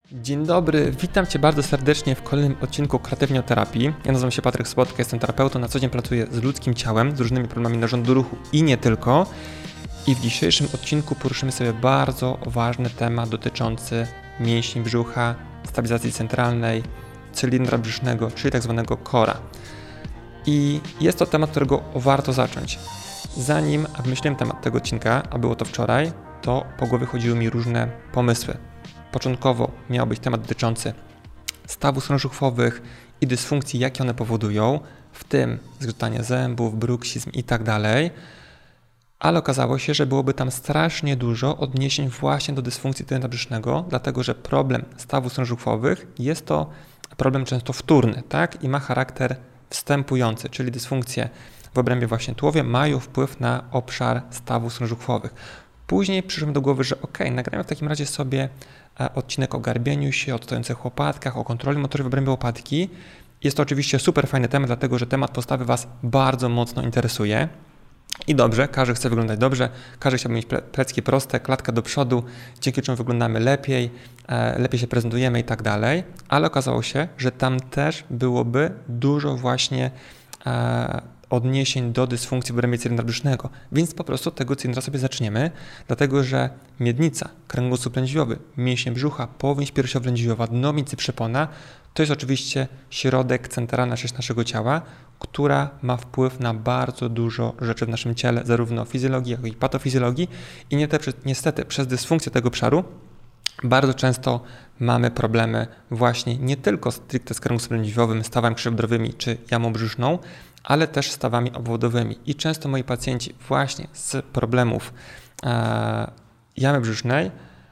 Dzień dobry, witam Cię bardzo serdecznie w kolejnym odcinku Kreatywnioterapii. Ja nazywam się Patryk Sobotka, jestem terapeutą, na co dzień pracuję z ludzkim ciałem, z różnymi problemami narządu ruchu i nie tylko. I w dzisiejszym odcinku poruszymy sobie bardzo ważny temat dotyczący mięśni brzucha, stabilizacji centralnej, cylindra brzusznego, czyli tak zwanego cora. I jest to temat, którego warto zacząć. Zanim wymyśliłem temat tego odcinka, a było to wczoraj, to po głowie chodziły mi różne pomysły. Początkowo miał być temat dotyczący stawów stron żuchwowych i dysfunkcji, jakie one powodują, w tym zgrzytanie zębów, bruksizm i tak dalej, ale okazało się, że byłoby tam strasznie dużo odniesień właśnie do dysfunkcji cylindra brzusznego, dlatego że problem stawów stron żuchwowych jest to problem często wtórny, tak? I ma charakter wstępujący, czyli dysfunkcje w obrębie właśnie tułowia mają wpływ na obszar stawów stron żuchwowych. Później przyszło mi do głowy, że nagramy w takim razie sobie odcinek o garbieniu się, o stojących łopatkach, o kontroli motory w obrębie łopatki. Jest to oczywiście super fajny temat, dlatego że temat postawy Was bardzo mocno interesuje. I dobrze, każdy chce wyglądać dobrze, każdy chciałby mieć plecki proste, klatka do przodu, dzięki czemu wyglądamy lepiej, lepiej się prezentujemy i tak dalej, ale okazało się, że tam też byłoby dużo właśnie odniesień do dysfunkcji w obrębie cylindra brzusznego, więc po prostu tego cylindra sobie zaczniemy, dlatego że miednica, kręgosłup lędźwiowy, mięśnie brzucha, połowinź piersiowo-lędźwiowa, dno miednicy przepona, to jest oczywiście środek, centralna część naszego ciała, która ma wpływ na bardzo dużo rzeczy w naszym ciele, zarówno fizjologii, jak i patofizjologii i niestety przez dysfunkcję tego obszaru bardzo często mamy problemy właśnie nie tylko stricte z kręgosłupem lędźwiowym, stawami krzyżobrodrowymi czy jamą brzuszną, ale też stawami obwodowymi. I często moi pacjenci właśnie z problemów jamy brzusznej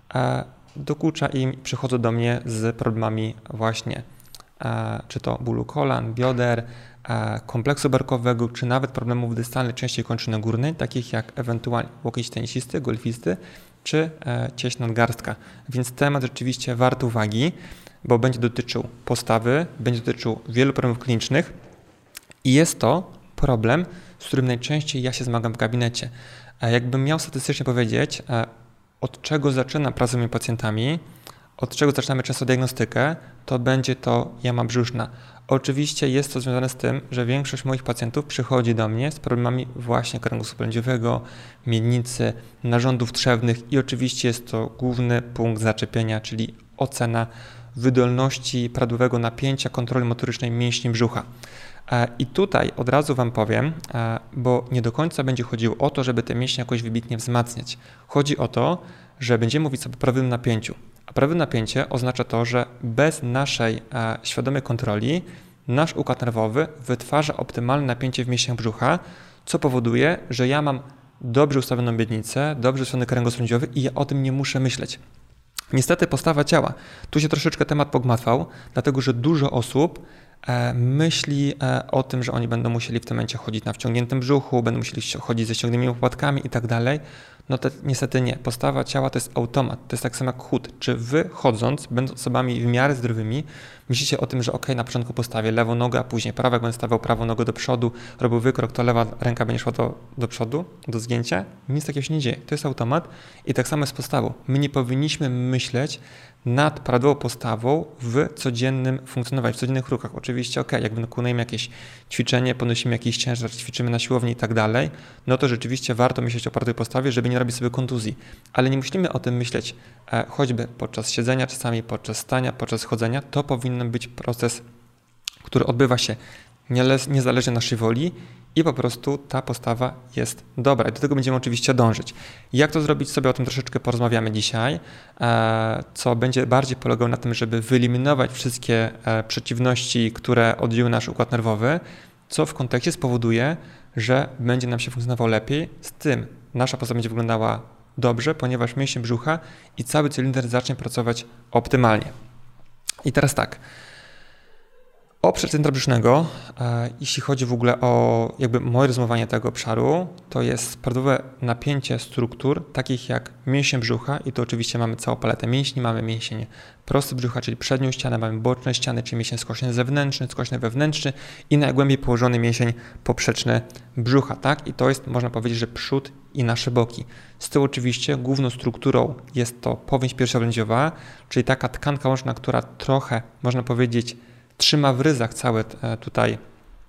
dokucza im i przychodzą do mnie z problemami właśnie czy to bólu kolan, bioder, kompleksu barkowego, czy nawet problemów dystalnych części kończyny górnej, takich jak ewentualnie łokieć tenisisty, golfisty, czy cieśń nadgarstka. Więc temat rzeczywiście wart uwagi, bo będzie dotyczył postawy, będzie dotyczył wielu problemów klinicznych i jest to problem, z którym najczęściej ja się zmagam w gabinecie. Jakbym miał statystycznie powiedzieć, od czego zaczynam pracę z moimi pacjentami, od czego zaczynamy często diagnostykę, to będzie to jama brzuszna. Oczywiście jest to związane z tym, że większość moich pacjentów przychodzi do mnie z problemami właśnie kręgosłupa lędźwiowego, miednicy, narządów trzewnych i oczywiście jest to główny punkt zaczepienia, czyli ocena wydolności prawidłowego napięcia kontroli motorycznej mięśni brzucha. I tutaj od razu Wam powiem, bo nie do końca będzie chodziło o to, żeby te mięśnie jakoś wybitnie wzmacniać. Chodzi o to, że będziemy mówić sobie o prawym napięciu. A prawe napięcie oznacza to, że bez naszej świadomej kontroli nasz układ nerwowy wytwarza optymalne napięcie w mięśniach brzucha, co powoduje, że ja mam dobrze ustawioną miednicę, dobrze ustawiony kręgosłup lędźwiowy i ja o tym nie muszę myśleć. Niestety postawa ciała. Tu się troszeczkę temat pogmatwał, dlatego że dużo osób myśli o tym, że oni będą musieli w tym momencie chodzić na wciągniętym brzuchu, będą musieli chodzić ze ściągniętymi łopatkami i tak dalej. No to niestety nie. Postawa ciała to jest automat, to jest tak samo jak chód. Czy wy chodząc, będąc osobami w miarę zdrowymi, myślicie o tym, że na początku postawię lewą nogę, a później prawą, jak będę stawiał prawą nogę do przodu, robił wykrok, to lewa ręka będzie szła do przodu, do zgięcia? Nic takiego się nie dzieje. To jest automat i tak samo jest z postawą. My nie powinniśmy myśleć nad prawidłową postawą w codziennym funkcjonowaniu, w codziennych ruchach. Oczywiście jak wykonujemy jakieś ćwiczenie, ponosimy jakiś ciężar, ćwiczymy na siłowni i tak dalej, no to rzeczywiście warto myśleć o prawidłowej postawie, żeby nie robić sobie kontuzji. Ale nie musimy o tym myśleć choćby podczas siedzenia, czasami podczas stania, podczas chodzenia. To powinien być proces, który odbywa się niezależnie od naszej woli i po prostu ta postawa jest dobra. I do tego będziemy oczywiście dążyć. Jak to zrobić, sobie o tym troszeczkę porozmawiamy dzisiaj, co będzie bardziej polegało na tym, żeby wyeliminować wszystkie przeciwności, które oddziałują nasz układ nerwowy, co w kontekście spowoduje, że będzie nam się funkcjonowało lepiej, z tym nasza postawa będzie wyglądała dobrze, ponieważ mięśnie brzucha i cały cylinder zacznie pracować optymalnie. I teraz tak. Obszar centra brzusznego, jeśli chodzi w ogóle o jakby moje rozumowanie tego obszaru, to jest prawidłowe napięcie struktur, takich jak mięsień brzucha i to oczywiście mamy całą paletę mięśni, mamy mięsień prosty brzucha, czyli przednią ścianę, mamy boczne ściany, czyli mięsień skośny zewnętrzny, skośny wewnętrzny i najgłębiej położony mięsień poprzeczny brzucha, tak? I to jest, można powiedzieć, że przód i nasze boki. Z tyłu oczywiście główną strukturą jest to powięź piersiowędziowa, czyli taka tkanka łączna, która trochę, można powiedzieć, trzyma w ryzach całe tutaj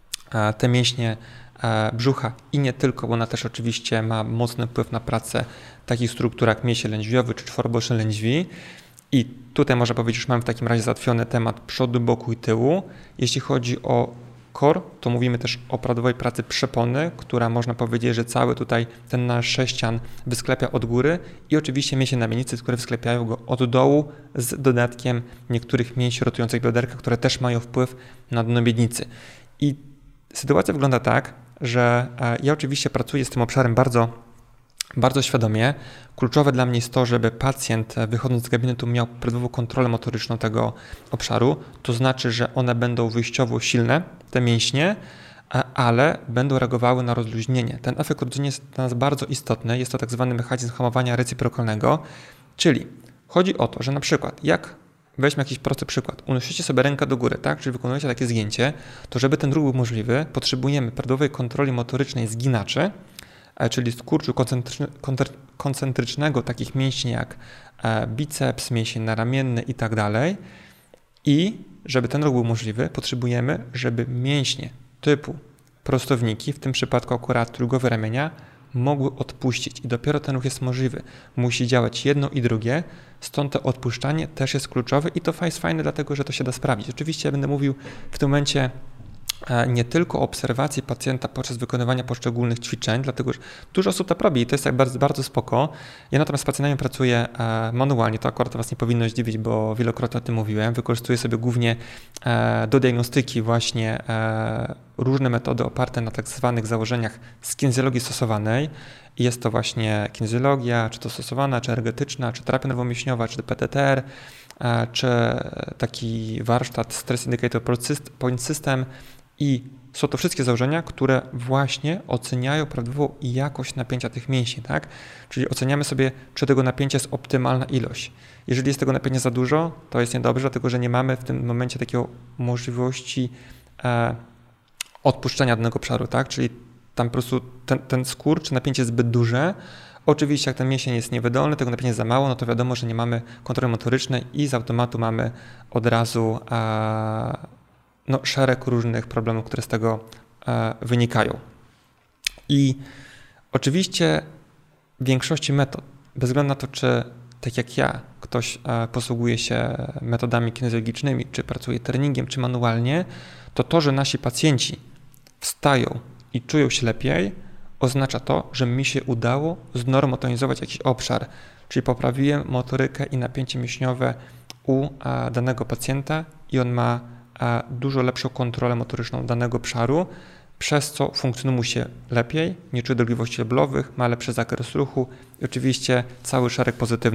te mięśnie brzucha i nie tylko, bo ona też oczywiście ma mocny wpływ na pracę takich struktur jak mięsień lędźwiowy czy czworoboczne lędźwi. I tutaj można powiedzieć, że mamy w takim razie załatwiony temat przodu, boku i tyłu. Jeśli chodzi o core, to mówimy też o prawidłowej pracy przepony, która można powiedzieć, że cały tutaj ten nasz sześcian wysklepia od góry i oczywiście mięśnie na miednicy, które wysklepiają go od dołu z dodatkiem niektórych mięśni rotujących bioderka, które też mają wpływ na dno miednicy. I sytuacja wygląda tak, że ja oczywiście pracuję z tym obszarem bardzo świadomie. Kluczowe dla mnie jest to, żeby pacjent wychodząc z gabinetu miał prawidłową kontrolę motoryczną tego obszaru, to znaczy, że one będą wyjściowo silne, te mięśnie, ale będą reagowały na rozluźnienie. Ten efekt rozluźnienia jest dla nas bardzo istotny, jest to tak zwany mechanizm hamowania recyprokalnego, czyli chodzi o to, że na przykład weźmy jakiś prosty przykład, unosicie sobie rękę do góry, tak, czyli wykonujecie takie zgięcie, to żeby ten ruch był możliwy, potrzebujemy prawidłowej kontroli motorycznej zginaczy, czyli skurczu koncentrycznego takich mięśni jak biceps, mięsień naramienny i tak dalej. I żeby ten ruch był możliwy, potrzebujemy, żeby mięśnie typu prostowniki, w tym przypadku akurat trójgłowe ramienia, mogły odpuścić i dopiero ten ruch jest możliwy. Musi działać jedno i drugie, stąd to odpuszczanie też jest kluczowe i to jest fajne, dlatego że to się da sprawdzić. Oczywiście ja będę mówił w tym momencie nie tylko obserwacji pacjenta podczas wykonywania poszczególnych ćwiczeń, dlatego że dużo osób to robi i to jest tak bardzo, bardzo spoko. Ja natomiast z pacjentami pracuję manualnie, to akurat Was nie powinno zdziwić, bo wielokrotnie o tym mówiłem. Wykorzystuję sobie głównie do diagnostyki właśnie różne metody oparte na tak zwanych założeniach z kinezjologii stosowanej. I jest to właśnie kinezjologia, czy to stosowana, czy energetyczna, czy terapia nerwowo-mięśniowa, czy PTTR, czy taki warsztat Stress Indicator Point System. I są to wszystkie założenia, które właśnie oceniają prawidłową jakość napięcia tych mięśni, tak? Czyli oceniamy sobie, czy tego napięcia jest optymalna ilość. Jeżeli jest tego napięcia za dużo, to jest niedobrze, dlatego że nie mamy w tym momencie takiej możliwości odpuszczenia danego obszaru, tak? Czyli tam po prostu ten skurcz, napięcie jest zbyt duże. Oczywiście jak ten mięsień jest niewydolny, tego napięcia jest za mało, no to wiadomo, że nie mamy kontroli motorycznej i z automatu mamy od razu szereg różnych problemów, które z tego wynikają. I oczywiście w większości metod, bez względu na to, czy tak jak ja, ktoś posługuje się metodami kinezjologicznymi, czy pracuje treningiem, czy manualnie, to, że nasi pacjenci wstają i czują się lepiej, oznacza to, że mi się udało znormotyzować jakiś obszar, czyli poprawiłem motorykę i napięcie mięśniowe u danego pacjenta i on ma dużo lepszą kontrolę motoryczną danego obszaru, przez co funkcjonuje mu się lepiej, nie czuje dolegliwości bólowych, ma lepszy zakres ruchu i oczywiście cały szereg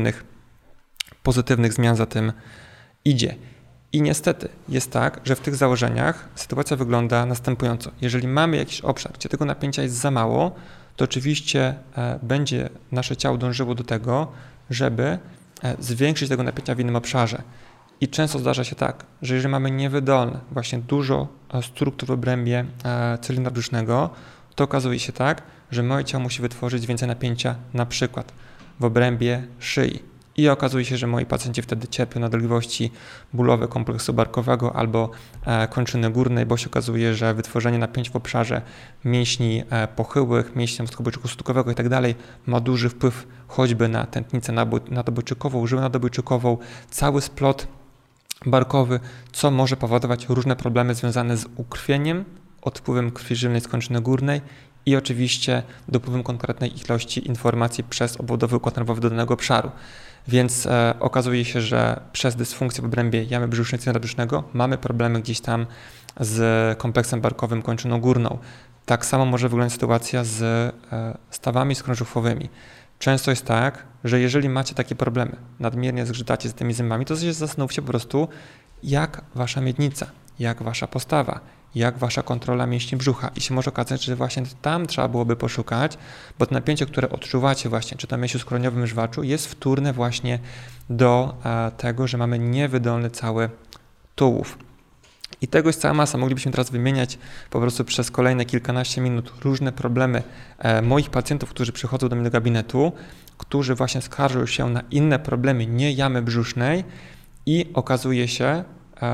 pozytywnych zmian za tym idzie. I niestety jest tak, że w tych założeniach sytuacja wygląda następująco. Jeżeli mamy jakiś obszar, gdzie tego napięcia jest za mało, to oczywiście będzie nasze ciało dążyło do tego, żeby zwiększyć tego napięcia w innym obszarze. I często zdarza się tak, że jeżeli mamy niewydolne, właśnie dużo struktur w obrębie cylindra brzusznego, to okazuje się tak, że moje ciało musi wytworzyć więcej napięcia na przykład w obrębie szyi. I okazuje się, że moi pacjenci wtedy cierpią na dolegliwości bólowe kompleksu barkowego albo kończyny górnej, bo się okazuje, że wytworzenie napięć w obszarze mięśni pochyłych, mięśni mostkoobojczyku stójkowego i tak dalej ma duży wpływ choćby na tętnicę nadobojczykową, żyłę nadobojczykową, cały splot barkowy, co może powodować różne problemy związane z ukrwieniem, odpływem krwi żylnej z kończyny górnej i oczywiście dopływem konkretnej ilości informacji przez obwodowy układ nerwowy do danego obszaru. Więc okazuje się, że przez dysfunkcję w obrębie jamy brzusznej, cylindra brzusznego mamy problemy gdzieś tam z kompleksem barkowym, kończyną górną. Tak samo może wyglądać sytuacja z stawami skrążowowymi. Często jest tak, że jeżeli macie takie problemy, nadmiernie zgrzytacie z tymi zębami, to się zastanówcie po prostu, jak wasza miednica, jak wasza postawa, jak wasza kontrola mięśni brzucha i się może okazać, że właśnie tam trzeba byłoby poszukać, bo to napięcie, które odczuwacie właśnie, czy to mięsiu skroniowym, żwaczu, jest wtórne właśnie do tego, że mamy niewydolny cały tułów. I tego jest cała masa. Moglibyśmy teraz wymieniać po prostu przez kolejne kilkanaście minut różne problemy moich pacjentów, którzy przychodzą do mnie do gabinetu, którzy właśnie skarżą się na inne problemy, nie jamy brzusznej i okazuje się,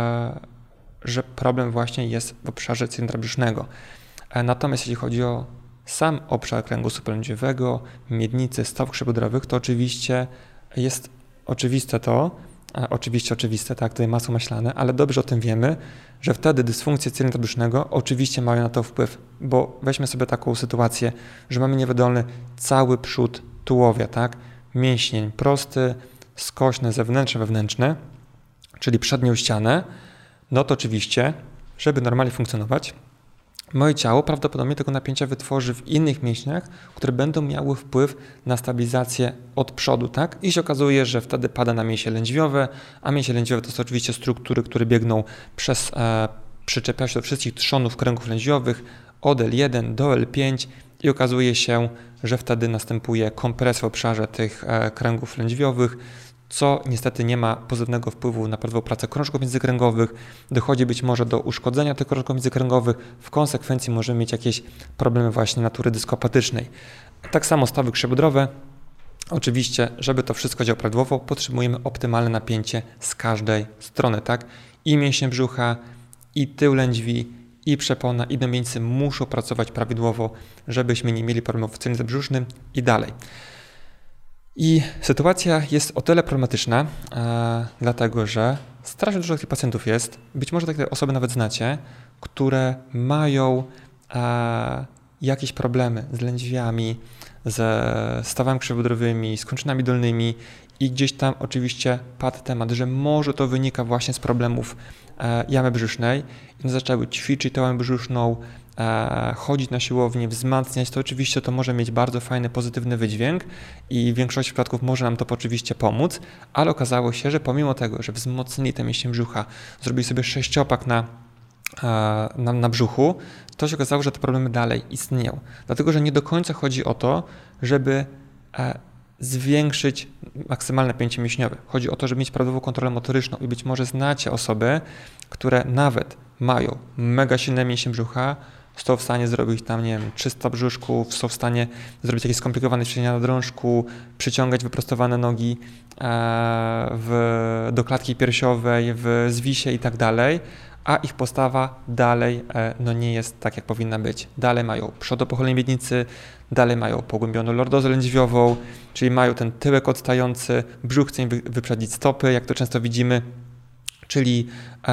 że problem właśnie jest w obszarze cylindra brzusznego. Natomiast jeśli chodzi o sam obszar kręgosłupa lędźwiowego, miednicy, stawów krzyżobodrowych, to oczywiście jest oczywiste oczywiste, tak, tutaj masło maślane, ale dobrze o tym wiemy, że wtedy dysfunkcje cylindra brzusznego oczywiście mają na to wpływ, bo weźmy sobie taką sytuację, że mamy niewydolny cały przód tułowia, tak, mięsień prosty, skośne, zewnętrzne, wewnętrzne, czyli przednią ścianę, no to oczywiście, żeby normalnie funkcjonować, moje ciało prawdopodobnie tego napięcia wytworzy w innych mięśniach, które będą miały wpływ na stabilizację od przodu, tak? I się okazuje, że wtedy pada na mięśnie lędźwiowe, a mięśnie lędźwiowe to są oczywiście struktury, które biegną przyczepiają się do wszystkich trzonów kręgów lędźwiowych od L1 do L5 i okazuje się, że wtedy następuje kompresja w obszarze tych kręgów lędźwiowych, co niestety nie ma pozytywnego wpływu na prawidłową pracę krążków międzykręgowych. Dochodzi być może do uszkodzenia tych krążków międzykręgowych. W konsekwencji możemy mieć jakieś problemy właśnie natury dyskopatycznej. Tak samo stawy krzyżobodrowe. Oczywiście, żeby to wszystko działało prawidłowo, potrzebujemy optymalne napięcie z każdej strony, tak? I mięśnie brzucha, i tył lędźwi, i przepona, i domieńcy muszą pracować prawidłowo, żebyśmy nie mieli problemów w cylindrze brzusznym i dalej. I sytuacja jest o tyle problematyczna, dlatego że strasznie dużo takich pacjentów jest, być może takie osoby nawet znacie, które mają jakieś problemy z lędźwiami, ze stawami krzyżobodrowymi, z kończynami dolnymi i gdzieś tam oczywiście padł temat, że może to wynika właśnie z problemów jamy brzusznej i zaczęły ćwiczyć tę jamę brzuszną, chodzić na siłownię, wzmacniać, to oczywiście to może mieć bardzo fajny, pozytywny wydźwięk i w większości przypadków może nam to oczywiście pomóc, ale okazało się, że pomimo tego, że wzmocnili te mięśnie brzucha, zrobili sobie sześciopak na brzuchu, to się okazało, że te problemy dalej istnieją. Dlatego, że nie do końca chodzi o to, żeby zwiększyć maksymalne napięcie mięśniowe. Chodzi o to, żeby mieć prawidłową kontrolę motoryczną i być może znacie osoby, które nawet mają mega silne mięśnie brzucha, są w stanie zrobić tam, nie wiem, 300 brzuszków, są w stanie zrobić jakieś skomplikowane ćwiczenia na drążku, przyciągać wyprostowane nogi do klatki piersiowej, w zwisie i tak dalej, a ich postawa dalej nie jest tak, jak powinna być. Dalej mają przodopochylenie miednicy, dalej mają pogłębioną lordozę lędźwiową, czyli mają ten tyłek odstający, brzuch chce im wyprzedzić stopy, jak to często widzimy, czyli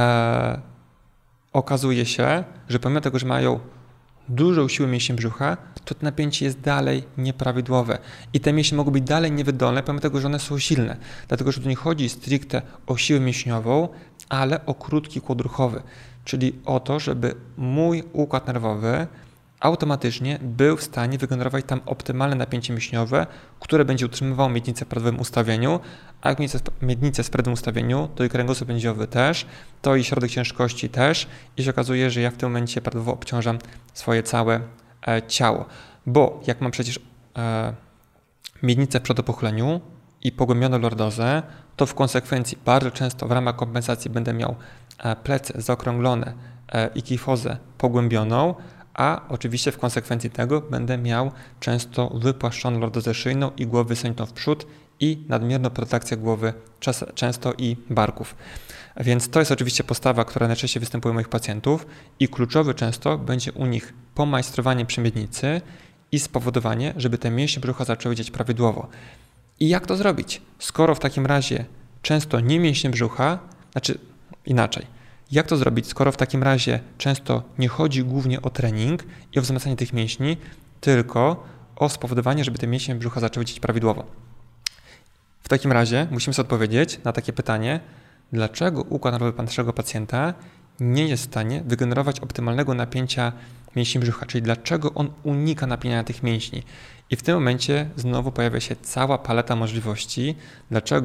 okazuje się, że pomimo tego, że mają dużą siłę mięśni brzucha, to napięcie jest dalej nieprawidłowe. I te mięśnie mogą być dalej niewydolne, pomimo tego, że one są silne. Dlatego, że tu nie chodzi stricte o siłę mięśniową, ale o krótki układ ruchowy. Czyli o to, żeby mój układ nerwowy automatycznie był w stanie wygenerować tam optymalne napięcie mięśniowe, które będzie utrzymywało miednicę w prawidłowym ustawieniu, a jak miednicę w prawidłowym ustawieniu, to i kręgosłup lędźwiowy też, to i środek ciężkości też i się okazuje, że ja w tym momencie prawidłowo obciążam swoje całe ciało. Bo jak mam przecież miednicę w przodopochyleniu i pogłębioną lordozę, to w konsekwencji bardzo często w ramach kompensacji będę miał plecy zaokrąglone i kifozę pogłębioną, a oczywiście w konsekwencji tego będę miał często wypłaszczoną lordozę szyjną i głowę wysuniętą w przód i nadmierną protrakcję głowy, często i barków. Więc to jest oczywiście postawa, która najczęściej występuje u moich pacjentów i kluczowy często będzie u nich pomajstrowanie przy miednicy i spowodowanie, żeby te mięśnie brzucha zaczęły działać prawidłowo. I jak to zrobić? Skoro w takim razie często nie mięśnie brzucha, inaczej. Jak to zrobić, skoro w takim razie często nie chodzi głównie o trening i o wzmacnianie tych mięśni, tylko o spowodowanie, żeby te mięśnie brzucha zaczęły działać prawidłowo? W takim razie musimy sobie odpowiedzieć na takie pytanie, dlaczego układ nerwowy naszego pacjenta nie jest w stanie wygenerować optymalnego napięcia mięśni brzucha, czyli dlaczego on unika napinania tych mięśni. I w tym momencie znowu pojawia się cała paleta możliwości, dlaczego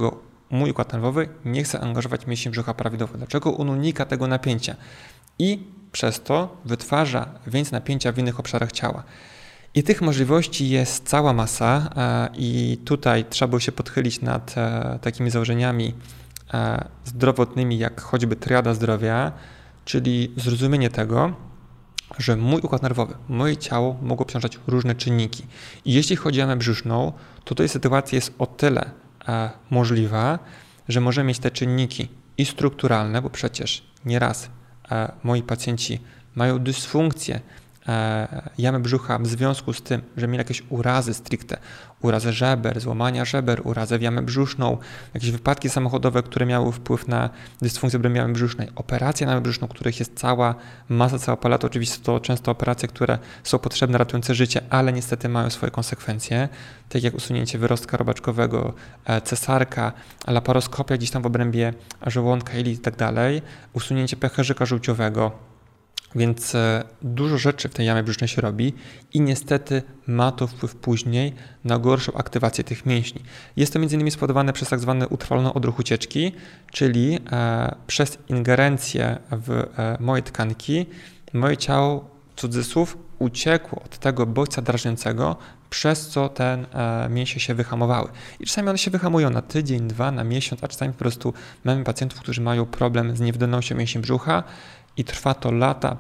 mój układ nerwowy nie chce angażować mięśni brzucha prawidłowo. Dlaczego? On unika tego napięcia i przez to wytwarza więcej napięcia w innych obszarach ciała. I tych możliwości jest cała masa i tutaj trzeba było się podchylić nad takimi założeniami zdrowotnymi, jak choćby triada zdrowia, czyli zrozumienie tego, że mój układ nerwowy, moje ciało mogą obciążać różne czynniki. I jeśli chodzi o jamę brzuszną, to tutaj sytuacja jest o tyle możliwa, że możemy mieć te czynniki i strukturalne, bo przecież nieraz moi pacjenci mają dysfunkcję jamy brzucha w związku z tym, że mieli jakieś urazy stricte, urazy żeber, złamania żeber, urazę w jamę brzuszną, jakieś wypadki samochodowe, które miały wpływ na dysfunkcję obrębie jamy brzusznej, operacje na jamę brzuszną, których jest cała masa, cała paleta. Oczywiście są to często operacje, które są potrzebne, ratujące życie, ale niestety mają swoje konsekwencje, tak jak usunięcie wyrostka robaczkowego, cesarka, laparoskopia gdzieś tam w obrębie żołądka, jelit i tak dalej, usunięcie pęcherzyka żółciowego. Więc dużo rzeczy w tej jamie brzusznej się robi i niestety ma to wpływ później na gorszą aktywację tych mięśni. Jest to m.in. spowodowane przez tak zwany utrwalony odruch ucieczki, czyli przez ingerencję w moje tkanki, moje ciało, cudzysłów, uciekło od tego bodźca drażniącego, przez co ten mięśnie się wyhamowały. I czasami one się wyhamują na tydzień, 2, na miesiąc, a czasami po prostu mamy pacjentów, którzy mają problem z niewydolnością mięśni brzucha, i trwa to lata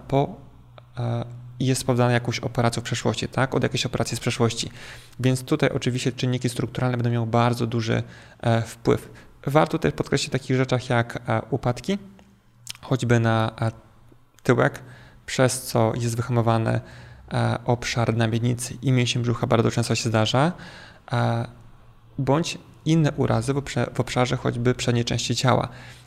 i jest spowodowane jakąś operacją w przeszłości, tak? Od jakiejś operacji z przeszłości. Więc tutaj oczywiście czynniki strukturalne będą miały bardzo duży wpływ. Warto też podkreślić o takich rzeczach jak upadki, choćby na tyłek, przez co jest wyhamowany obszar na miednicy i mięsień brzucha bardzo często się zdarza, bądź inne urazy w obszarze choćby przedniej części ciała.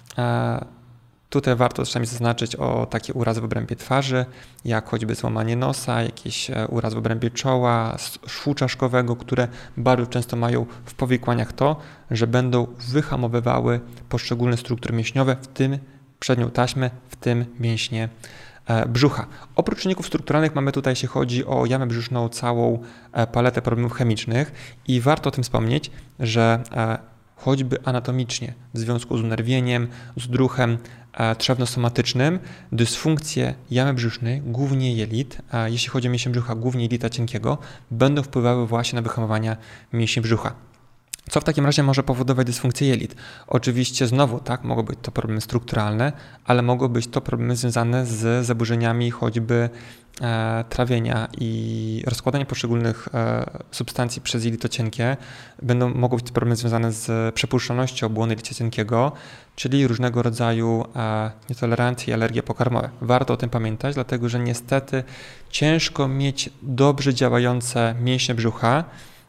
Tutaj warto czasami zaznaczyć o takie urazy w obrębie twarzy, jak choćby złamanie nosa, jakieś urazy w obrębie czoła, szwu czaszkowego, które bardzo często mają w powikłaniach to, że będą wyhamowywały poszczególne struktury mięśniowe, w tym przednią taśmę, w tym mięśnie brzucha. Oprócz czynników strukturalnych mamy tutaj, jeśli chodzi o jamę brzuszną, całą paletę problemów chemicznych i warto o tym wspomnieć, że choćby anatomicznie w związku z unerwieniem, z druchem trzewnosomatycznym, dysfunkcje jamy brzusznej, głównie jelit, a jeśli chodzi o mięśnie brzucha, głównie jelita cienkiego, będą wpływały właśnie na wyhamowania mięśni brzucha. Co w takim razie może powodować dysfunkcję jelit? Oczywiście znowu, tak, mogą być to problemy strukturalne, ale mogą być to problemy związane z zaburzeniami choćby trawienia i rozkładania poszczególnych substancji przez jelito cienkie. Mogą być to problemy związane z przepuszczalnością błony jelita cienkiego, czyli różnego rodzaju nietolerancje i alergie pokarmowe. Warto o tym pamiętać, dlatego że niestety ciężko mieć dobrze działające mięśnie brzucha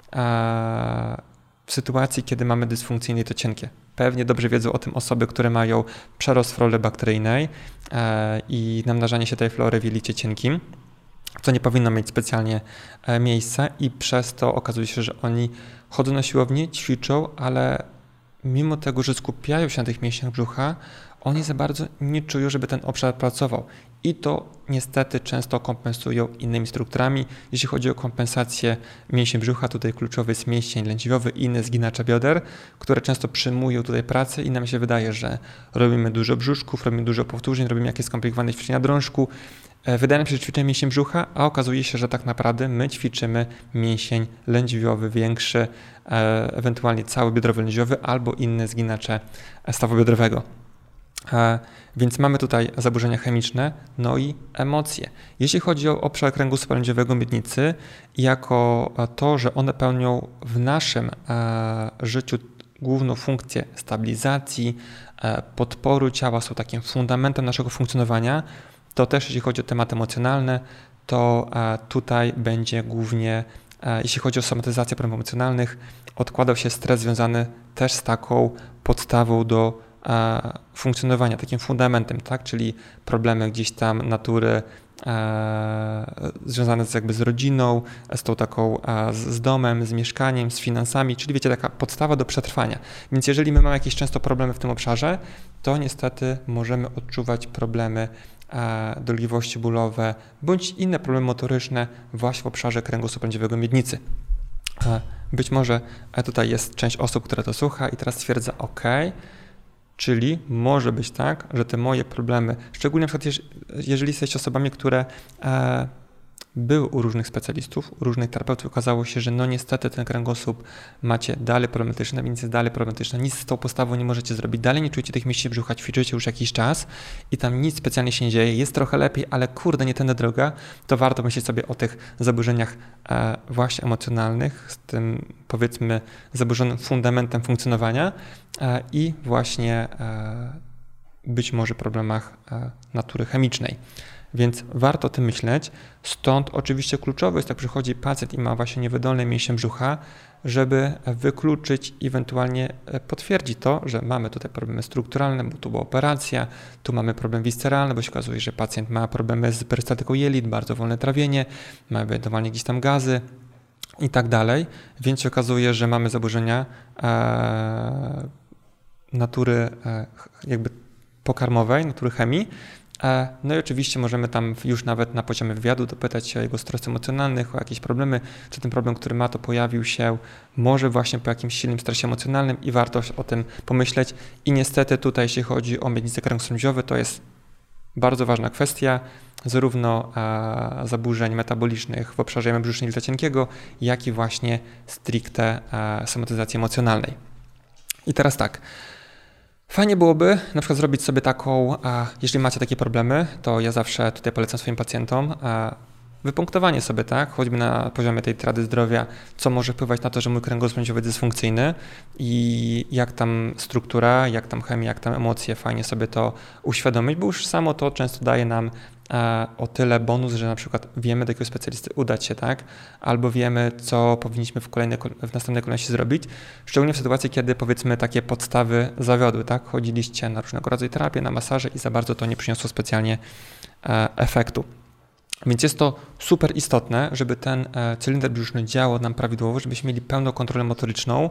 w sytuacji, kiedy mamy dysfunkcyjne jelito cienkie. Pewnie dobrze wiedzą o tym osoby, które mają przerost flory bakteryjnej i namnażanie się tej flory w jelicie cienkim, co nie powinno mieć specjalnie miejsca i przez to okazuje się, że oni chodzą na siłownię, ćwiczą, ale mimo tego, że skupiają się na tych mięśniach brzucha, oni za bardzo nie czują, żeby ten obszar pracował. I to niestety często kompensują innymi strukturami. Jeśli chodzi o kompensację mięśni brzucha, tutaj kluczowy jest mięsień lędźwiowy i inne zginacze bioder, które często przyjmują tutaj pracę i nam się wydaje, że robimy dużo brzuszków, robimy dużo powtórzeń, robimy jakieś skomplikowane ćwiczenia drążku. Wydaje nam się, że ćwiczymy mięsień brzucha, a okazuje się, że tak naprawdę my ćwiczymy mięsień lędźwiowy większy, ewentualnie cały biodrowy lędźwiowy albo inne zginacze stawu biodrowego. Więc mamy tutaj zaburzenia chemiczne, no i emocje. Jeśli chodzi o obszar kręgosłupa lędźwiowego miednicy, jako to, że one pełnią w naszym życiu główną funkcję stabilizacji, podporu ciała, są takim fundamentem naszego funkcjonowania, to też jeśli chodzi o tematy emocjonalne, to tutaj będzie głównie, jeśli chodzi o somatyzację problemów emocjonalnych, odkładał się stres związany też z taką podstawą do funkcjonowania, takim fundamentem, tak? Czyli problemy gdzieś tam natury związane z rodziną, z tą taką, z domem, z mieszkaniem, z finansami, czyli wiecie, taka podstawa do przetrwania. Więc jeżeli my mamy jakieś często problemy w tym obszarze, to niestety możemy odczuwać problemy dolegliwości bólowe bądź inne problemy motoryczne właśnie w obszarze kręgosłupa lędźwiowego miednicy. Być może tutaj jest część osób, która to słucha i teraz stwierdza, ok, czyli może być tak, że te moje problemy, szczególnie na przykład jeżeli jesteście osobami, które były u różnych specjalistów, u różnych terapeutów, okazało się, że no niestety ten kręgosłup macie dalej problematyczny, więc jest dalej problematyczny, nic z tą postawą nie możecie zrobić, dalej nie czujecie tych mięśni brzucha, ćwiczycie już jakiś czas i tam nic specjalnie się nie dzieje, jest trochę lepiej, ale kurde, nie tędy droga, to warto myśleć sobie o tych zaburzeniach właśnie emocjonalnych, z tym powiedzmy zaburzonym fundamentem funkcjonowania i właśnie być może problemach natury chemicznej. Więc warto o tym myśleć. Stąd oczywiście kluczowe jest, jak przychodzi pacjent i ma właśnie niewydolne mięśnie brzucha, żeby wykluczyć, ewentualnie potwierdzić to, że mamy tutaj problemy strukturalne, bo tu była operacja, tu mamy problem visceralny, bo się okazuje, że pacjent ma problemy z perystatyką jelit, bardzo wolne trawienie, ma ewentualnie gdzieś tam gazy i tak dalej. Więc się okazuje, że mamy zaburzenia natury jakby pokarmowej, natury chemii. No i oczywiście możemy tam już nawet na poziomie wywiadu dopytać się o jego stresy emocjonalnych, o jakieś problemy, czy ten problem, który ma, to pojawił się może właśnie po jakimś silnym stresie emocjonalnym i warto o tym pomyśleć. I niestety tutaj, jeśli chodzi o miednicę kręgosłup-mięśniowy, to jest bardzo ważna kwestia, zarówno zaburzeń metabolicznych w obszarze jamy brzusznej jelita cienkiego, jak i właśnie stricte somatyzacji emocjonalnej. I teraz tak. Fajnie byłoby na przykład zrobić sobie taką, jeśli macie takie problemy, to ja zawsze tutaj polecam swoim pacjentom wypunktowanie sobie, tak, choćby na poziomie tej Rady Zdrowia, co może wpływać na to, że mój kręgosłup będzie dysfunkcyjny i jak tam struktura, jak tam chemia, jak tam emocje, fajnie sobie to uświadomić, bo już samo to często daje nam o tyle bonus, że na przykład wiemy, do jakiego specjalisty udać się, tak? Albo wiemy, co powinniśmy w następnej kolejności zrobić, szczególnie w sytuacji, kiedy powiedzmy takie podstawy zawiodły, tak? Chodziliście na różnego rodzaju terapię, na masaże i za bardzo to nie przyniosło specjalnie efektu. Więc jest to super istotne, żeby ten cylinder brzuszny działał nam prawidłowo, żebyśmy mieli pełną kontrolę motoryczną,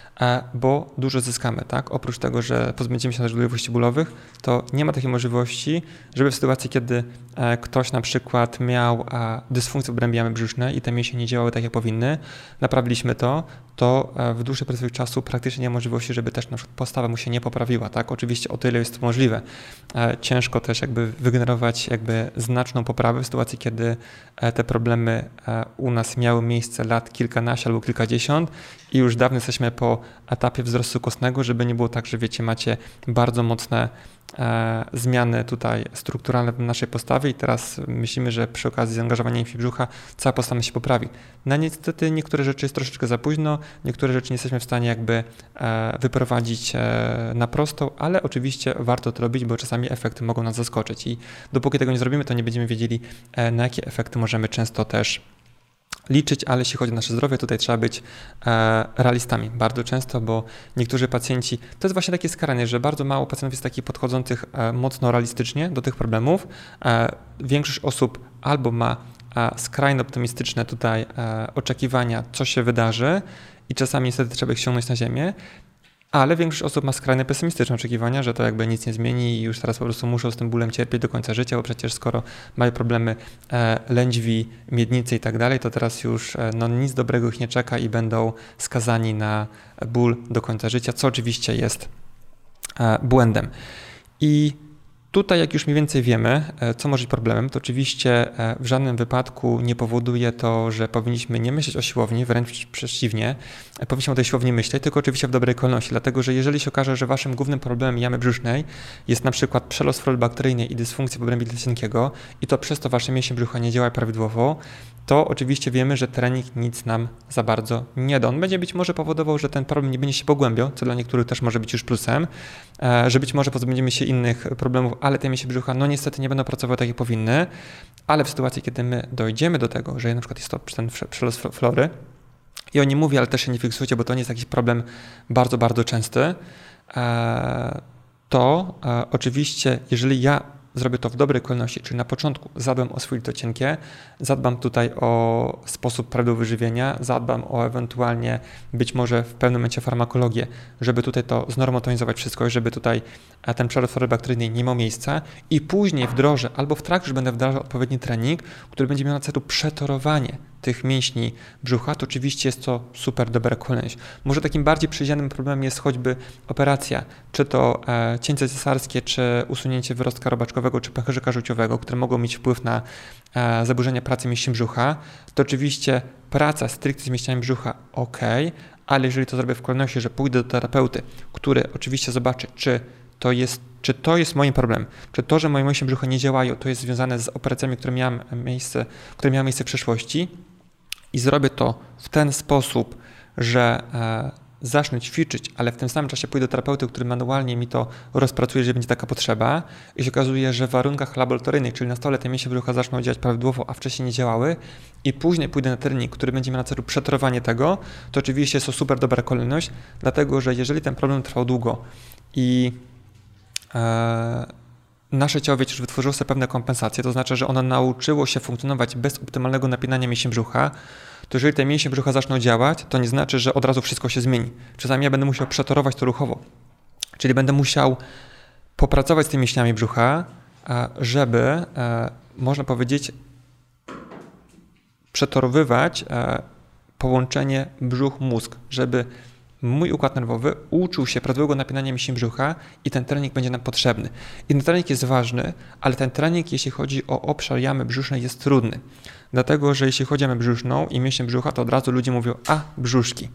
bo dużo zyskamy, tak? Oprócz tego, że pozbędziemy się nadżerliwości bólowych, to nie ma takiej możliwości, żeby w sytuacji, kiedy ktoś na przykład miał dysfunkcję w obrębie jamy brzusznej i te mięśnie nie działały tak, jak powinny, naprawiliśmy to w dłuższej perspektywie czasu praktycznie nie ma możliwości, żeby też na przykład postawa mu się nie poprawiła, tak? Oczywiście o tyle jest to możliwe. Ciężko też jakby wygenerować jakby znaczną poprawę w sytuacji, kiedy te problemy u nas miały miejsce lat kilkanaście albo kilkadziesiąt i już dawno jesteśmy po etapie wzrostu kostnego, żeby nie było tak, że wiecie, macie bardzo mocne zmiany tutaj strukturalne w naszej postawie i teraz myślimy, że przy okazji zaangażowania mięśni brzucha cała postawa się poprawi. No niestety niektóre rzeczy jest troszeczkę za późno, niektóre rzeczy nie jesteśmy w stanie jakby wyprowadzić na prostą, ale oczywiście warto to robić, bo czasami efekty mogą nas zaskoczyć i dopóki tego nie zrobimy, to nie będziemy wiedzieli, na jakie efekty możemy często też liczyć, ale jeśli chodzi o nasze zdrowie, tutaj trzeba być realistami bardzo często, bo niektórzy pacjenci, to jest właśnie takie skaranie, że bardzo mało pacjentów jest takich podchodzących mocno realistycznie do tych problemów. Większość osób albo ma skrajnie optymistyczne tutaj oczekiwania, co się wydarzy i czasami niestety trzeba ich ściągnąć na ziemię, ale większość osób ma skrajnie pesymistyczne oczekiwania, że to jakby nic nie zmieni i już teraz po prostu muszą z tym bólem cierpieć do końca życia, bo przecież skoro mają problemy lędźwi, miednicy i tak dalej, to teraz już nic dobrego ich nie czeka i będą skazani na ból do końca życia, co oczywiście jest błędem. I tutaj, jak już mniej więcej wiemy, co może być problemem, to oczywiście w żadnym wypadku nie powoduje to, że powinniśmy nie myśleć o siłowni, wręcz przeciwnie, powinniśmy o tej siłowni myśleć, tylko oczywiście w dobrej kolejności, dlatego że jeżeli się okaże, że waszym głównym problemem jamy brzusznej jest na przykład przelos flory bakteryjnej i dysfunkcja w obrębie jelita cienkiego i to przez to wasze mięśnie brzucha nie działają prawidłowo, to oczywiście wiemy, że trening nic nam za bardzo nie da. On będzie być może powodował, że ten problem nie będzie się pogłębiał, co dla niektórych też może być już plusem, że być może pozbędziemy się innych problemów, ale te mięśnie brzucha niestety nie będą pracowały tak, jak powinny, ale w sytuacji, kiedy my dojdziemy do tego, że na przykład jest to ten przelos flory i o nim mówię, ale też się nie fiksujcie, bo to nie jest jakiś problem bardzo, bardzo częsty, to oczywiście, jeżeli ja zrobię to w dobrej kolejności, czyli na początku zadbam o swoje jelito cienkie, zadbam tutaj o sposób prawidłowego żywienia, zadbam o ewentualnie być może w pewnym momencie farmakologię, żeby tutaj to znormotyzować wszystko, żeby tutaj ten przerost flory bakteryjnej nie miał miejsca i później wdrożę albo w trakcie już będę wdrażał odpowiedni trening, który będzie miał na celu przetorowanie tych mięśni brzucha, to oczywiście jest to super dobra kolejność. Może takim bardziej przewidzianym problemem jest choćby operacja, czy to cięcie cesarskie, czy usunięcie wyrostka robaczkowego, czy pęcherzyka żółciowego, które mogą mieć wpływ na zaburzenia pracy mięśni brzucha. To oczywiście praca stricte z mięśniami brzucha ale jeżeli to zrobię w kolejności, że pójdę do terapeuty, który oczywiście zobaczy, czy to jest moim problemem, czy to, że moje mięśnie brzucha nie działają, to jest związane z operacjami, które miały miejsce w przeszłości i zrobię to w ten sposób, że zacznę ćwiczyć, ale w tym samym czasie pójdę do terapeuty, który manualnie mi to rozpracuje, że będzie taka potrzeba i się okazuje, że w warunkach laboratoryjnych, czyli na stole te mięśnie brzucha zaczną działać prawidłowo, a wcześniej nie działały i później pójdę na trening, który będzie miał na celu przetorowanie tego, to oczywiście jest to super dobra kolejność, dlatego że jeżeli ten problem trwał długo i nasze ciało, wiecie, że wytworzyło sobie pewne kompensacje, to znaczy, że ono nauczyło się funkcjonować bez optymalnego napinania mięśni brzucha, to jeżeli te mięśnie brzucha zaczną działać, to nie znaczy, że od razu wszystko się zmieni. Czasami ja będę musiał przetorować to ruchowo, czyli będę musiał popracować z tymi mięśniami brzucha, żeby, można powiedzieć, przetorowywać połączenie brzuch-mózg, żeby mój układ nerwowy uczył się prawidłowego napinania mięśni brzucha i ten trening będzie nam potrzebny. I ten trening jest ważny, ale ten trening, jeśli chodzi o obszar jamy brzusznej, jest trudny. Dlatego, że jeśli chodzi o jamę brzuszną i mięśnie brzucha, to od razu ludzie mówią, brzuszki.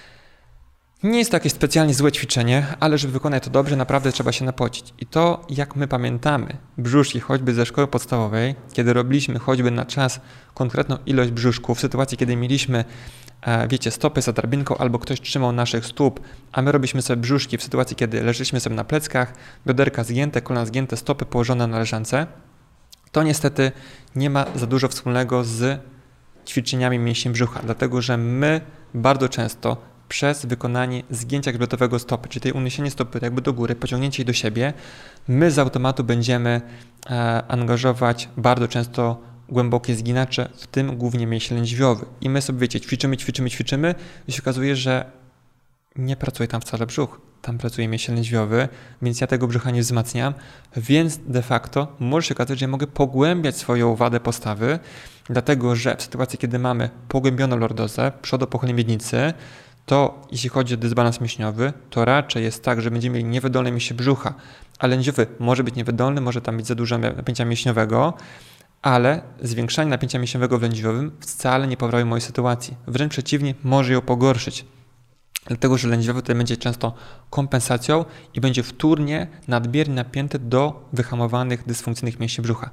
Nie jest to jakieś specjalnie złe ćwiczenie, ale żeby wykonać to dobrze, naprawdę trzeba się napocić. I to, jak my pamiętamy brzuszki choćby ze szkoły podstawowej, kiedy robiliśmy choćby na czas konkretną ilość brzuszków, w sytuacji, kiedy mieliśmy stopy za drabinką albo ktoś trzymał naszych stóp, a my robiliśmy sobie brzuszki w sytuacji, kiedy leżyliśmy sobie na pleckach, bioderka zgięte, kolana zgięte, stopy położone na leżance, to niestety nie ma za dużo wspólnego z ćwiczeniami mięśni brzucha, dlatego że my bardzo często przez wykonanie zgięcia grzbietowego stopy, czyli tej uniesienie stopy jakby do góry, pociągnięcie jej do siebie, my z automatu będziemy angażować bardzo często głębokie zginacze, w tym głównie mięsień lędźwiowy. I my sobie, ćwiczymy i się okazuje, że nie pracuje tam wcale brzuch. Tam pracuje mięsień lędźwiowy, więc ja tego brzucha nie wzmacniam, więc de facto może się okazać, że ja mogę pogłębiać swoją wadę postawy, dlatego że w sytuacji, kiedy mamy pogłębioną lordozę, przodopochylenie miednicy, to jeśli chodzi o dysbalans mięśniowy, to raczej jest tak, że będziemy mieli niewydolne mięśnie brzucha, a lędźwiowy może być niewydolny, może tam być za dużo napięcia mięśniowego, ale zwiększanie napięcia mięśniowego w lędźwiowym wcale nie poprawi mojej sytuacji. Wręcz przeciwnie, może ją pogorszyć. Dlatego, że lędźwiowy tutaj będzie często kompensacją i będzie wtórnie, nadmiernie napięty do wyhamowanych, dysfunkcyjnych mięśni brzucha.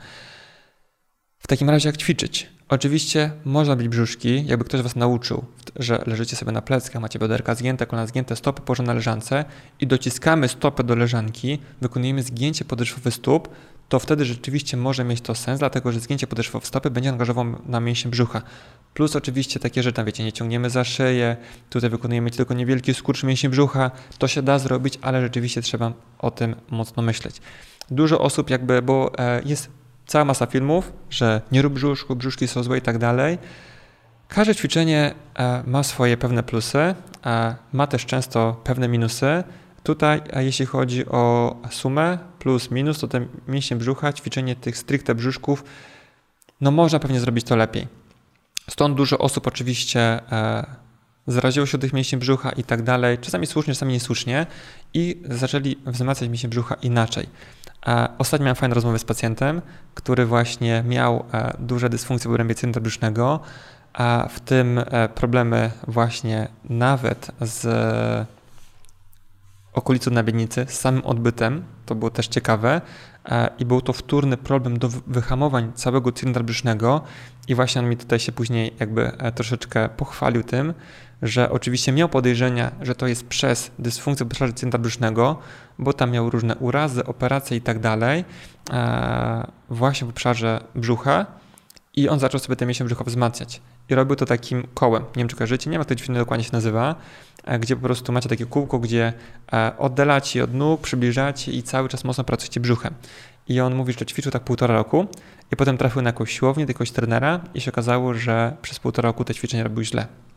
W takim razie jak ćwiczyć? Oczywiście można robić brzuszki, jakby ktoś was nauczył, że leżycie sobie na pleckach, macie bioderka zgięte, kolana zgięte, stopy położone na leżance i dociskamy stopę do leżanki, wykonujemy zgięcie podeszwowe stóp, to wtedy rzeczywiście może mieć to sens, dlatego że zgięcie podeszwowe stopy będzie angażowało na mięśnie brzucha. Plus oczywiście takie rzeczy, nie ciągniemy za szyję, tutaj wykonujemy tylko niewielki skurcz mięśni brzucha, to się da zrobić, ale rzeczywiście trzeba o tym mocno myśleć. Dużo osób bo jest cała masa filmów, że nie rób brzuszku, brzuszki są złe i tak dalej. Każde ćwiczenie ma swoje pewne plusy, ma też często pewne minusy. Tutaj, jeśli chodzi o sumę plus minus, to te mięśnie brzucha, ćwiczenie tych stricte brzuszków, można pewnie zrobić to lepiej. Stąd dużo osób oczywiście zaraziło się do tych mięśni brzucha i tak dalej, czasami słusznie, czasami niesłusznie i zaczęli wzmacniać mięśnie brzucha inaczej. Ostatnio miałem fajną rozmowę z pacjentem, który właśnie miał duże dysfunkcje w obrębie centra brzusznego, a w tym problemy właśnie nawet z okolicą nabiednicy, z samym odbytem, to było też ciekawe i był to wtórny problem do wyhamowań całego cylindra brzusznego i właśnie on mi tutaj się później troszeczkę pochwalił tym, że oczywiście miał podejrzenia, że to jest przez dysfunkcję w obszarze cylindra brzusznego, bo tam miał różne urazy, operacje i tak dalej, właśnie w obszarze brzucha i on zaczął sobie te mięśnie brzucha wzmacniać. I robił to takim kołem. Nie wiem, czy kojarzycie, nie ma to ćwiczenie dokładnie się nazywa, gdzie po prostu macie takie kółko, gdzie oddalacie od nóg, przybliżacie i cały czas mocno pracujecie brzuchem. I on mówi, że ćwiczył tak 1,5 roku i potem trafił na jakąś siłownię, do jakiegoś trenera i się okazało, że przez 1,5 roku te ćwiczenia robił źle.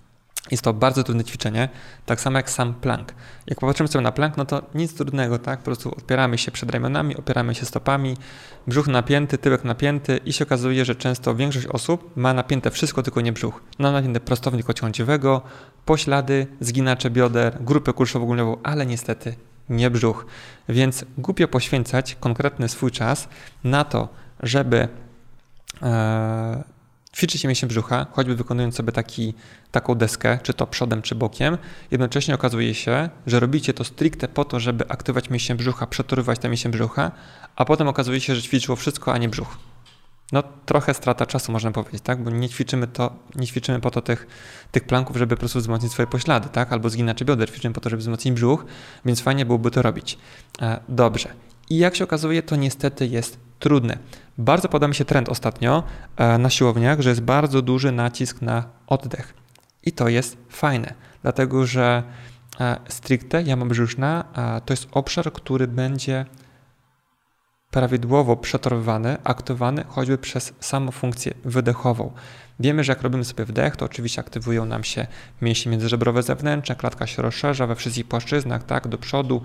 Jest to bardzo trudne ćwiczenie, tak samo jak sam plank. Jak popatrzymy sobie na plank, no to nic trudnego, tak? Po prostu opieramy się przed ramionami, opieramy się stopami, brzuch napięty, tyłek napięty i się okazuje, że często większość osób ma napięte wszystko, tylko nie brzuch. Ma napięte prostownik ociągnięciowego, poślady, zginacze bioder, grupę kulszowo-ogólniową, ale niestety nie brzuch. Więc głupio poświęcać konkretny swój czas na to, żeby ćwiczyć mięśnie brzucha, choćby wykonując sobie taką deskę, czy to przodem, czy bokiem. Jednocześnie okazuje się, że robicie to stricte po to, żeby aktywować mięśnie brzucha, przetorywać te mięśnie brzucha, a potem okazuje się, że ćwiczyło wszystko, a nie brzuch. No trochę strata czasu, można powiedzieć, tak? Bo nie ćwiczymy po to tych planków, żeby po prostu wzmocnić swoje poślady, tak? Albo zginacze bioder, ćwiczymy po to, żeby wzmocnić brzuch, więc fajnie byłoby to robić. Dobrze. I jak się okazuje, to niestety jest trudne. Bardzo podoba mi się trend ostatnio na siłowniach, że jest bardzo duży nacisk na oddech. I to jest fajne, dlatego że stricte jama brzuszna to jest obszar, który będzie prawidłowo przetorowany, aktywowany choćby przez samą funkcję wydechową. Wiemy, że jak robimy sobie wdech, to oczywiście aktywują nam się mięśnie międzyżebrowe zewnętrzne, klatka się rozszerza we wszystkich płaszczyznach, tak, do przodu,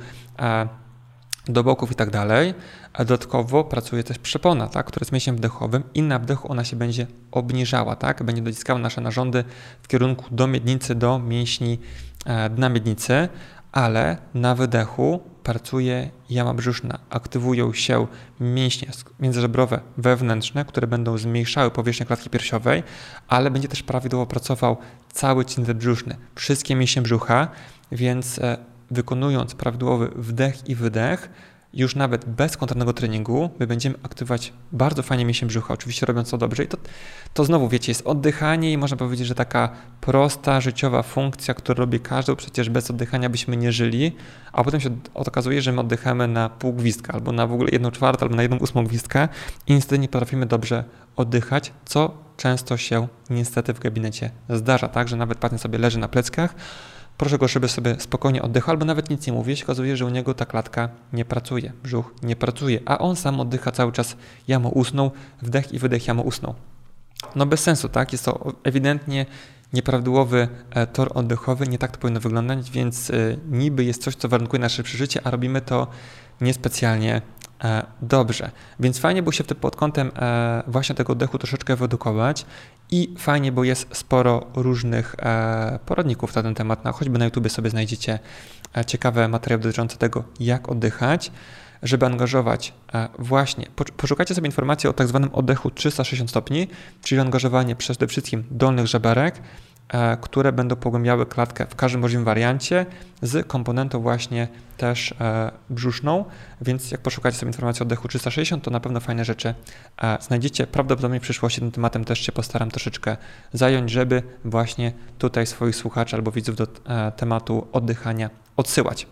do boków i tak dalej. A dodatkowo pracuje też przepona, tak, która jest mięśniem wdechowym i na wdechu ona się będzie obniżała, tak, będzie dociskała nasze narządy w kierunku do miednicy, do mięśni dna miednicy, ale na wydechu pracuje jama brzuszna. Aktywują się mięśnie międzyżebrowe wewnętrzne, które będą zmniejszały powierzchnię klatki piersiowej, ale będzie też prawidłowo pracował cały ciężar brzuszny, wszystkie mięśnie brzucha, więc wykonując prawidłowy wdech i wydech, już nawet bez kontrolnego treningu, my będziemy aktywować bardzo fajnie mięśnie brzucha, oczywiście robiąc to dobrze. I to znowu, wiecie, jest oddychanie i można powiedzieć, że taka prosta, życiowa funkcja, którą robi każdy, przecież bez oddychania byśmy nie żyli, a potem się okazuje, że my oddychamy na pół gwizdka, albo na w ogóle 1/4, albo na 1/8 gwizdka i niestety nie potrafimy dobrze oddychać, co często się niestety w gabinecie zdarza, tak, że nawet pacjent sobie leży na pleckach, proszę go, żeby sobie spokojnie oddychał, albo nawet nic nie mówi, się okazuje, że u niego ta klatka nie pracuje, brzuch nie pracuje, a on sam oddycha cały czas jamą ustną, wdech i wydech jamą ustną. No bez sensu, tak? Jest to ewidentnie nieprawidłowy tor oddechowy, nie tak to powinno wyglądać, więc niby jest coś, co warunkuje nasze przeżycie, a robimy to niespecjalnie dobrze. Więc fajnie było się pod kątem właśnie tego oddechu troszeczkę wyedukować i fajnie, bo jest sporo różnych poradników na ten temat. Choćby na YouTubie sobie znajdziecie ciekawe materiały dotyczące tego, jak oddychać, żeby angażować właśnie, poszukajcie sobie informacji o tak zwanym oddechu 360 stopni, czyli angażowanie przede wszystkim dolnych żeberek, które będą pogłębiały klatkę w każdym możliwym wariancie z komponentą właśnie też brzuszną, więc jak poszukacie sobie informacji o oddechu 360, to na pewno fajne rzeczy znajdziecie. Prawdopodobnie w przyszłości tym tematem też się postaram troszeczkę zająć, żeby właśnie tutaj swoich słuchaczy albo widzów do tematu oddychania odsyłać.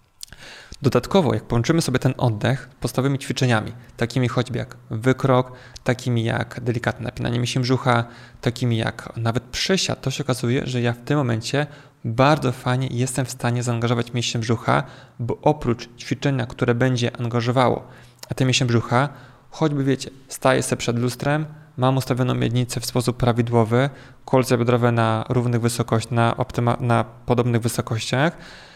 Dodatkowo, jak połączymy sobie ten oddech podstawowymi ćwiczeniami, takimi choćby jak wykrok, takimi jak delikatne napinanie mięśni brzucha, takimi jak nawet przysiad, to się okazuje, że ja w tym momencie bardzo fajnie jestem w stanie zaangażować mięśnie brzucha, bo oprócz ćwiczenia, które będzie angażowało te mięśnie brzucha, choćby wiecie, staję sobie przed lustrem, mam ustawioną miednicę w sposób prawidłowy, kolce biodrowe na równych wysokościach, na podobnych wysokościach,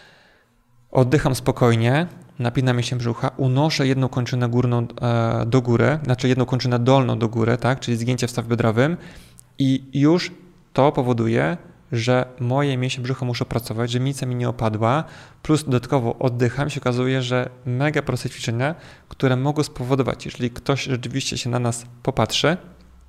oddycham spokojnie, napinam mięśnie brzucha, unoszę jedną kończynę górną do góry, znaczy jedną kończynę dolną do góry, tak, czyli zgięcie w stawie biodrowym i już to powoduje, że moje mięśnie brzucha muszą pracować, że miednica mi nie opadła, plus dodatkowo oddycham, się okazuje, że mega proste ćwiczenia, które mogą spowodować, jeżeli ktoś rzeczywiście się na nas popatrzy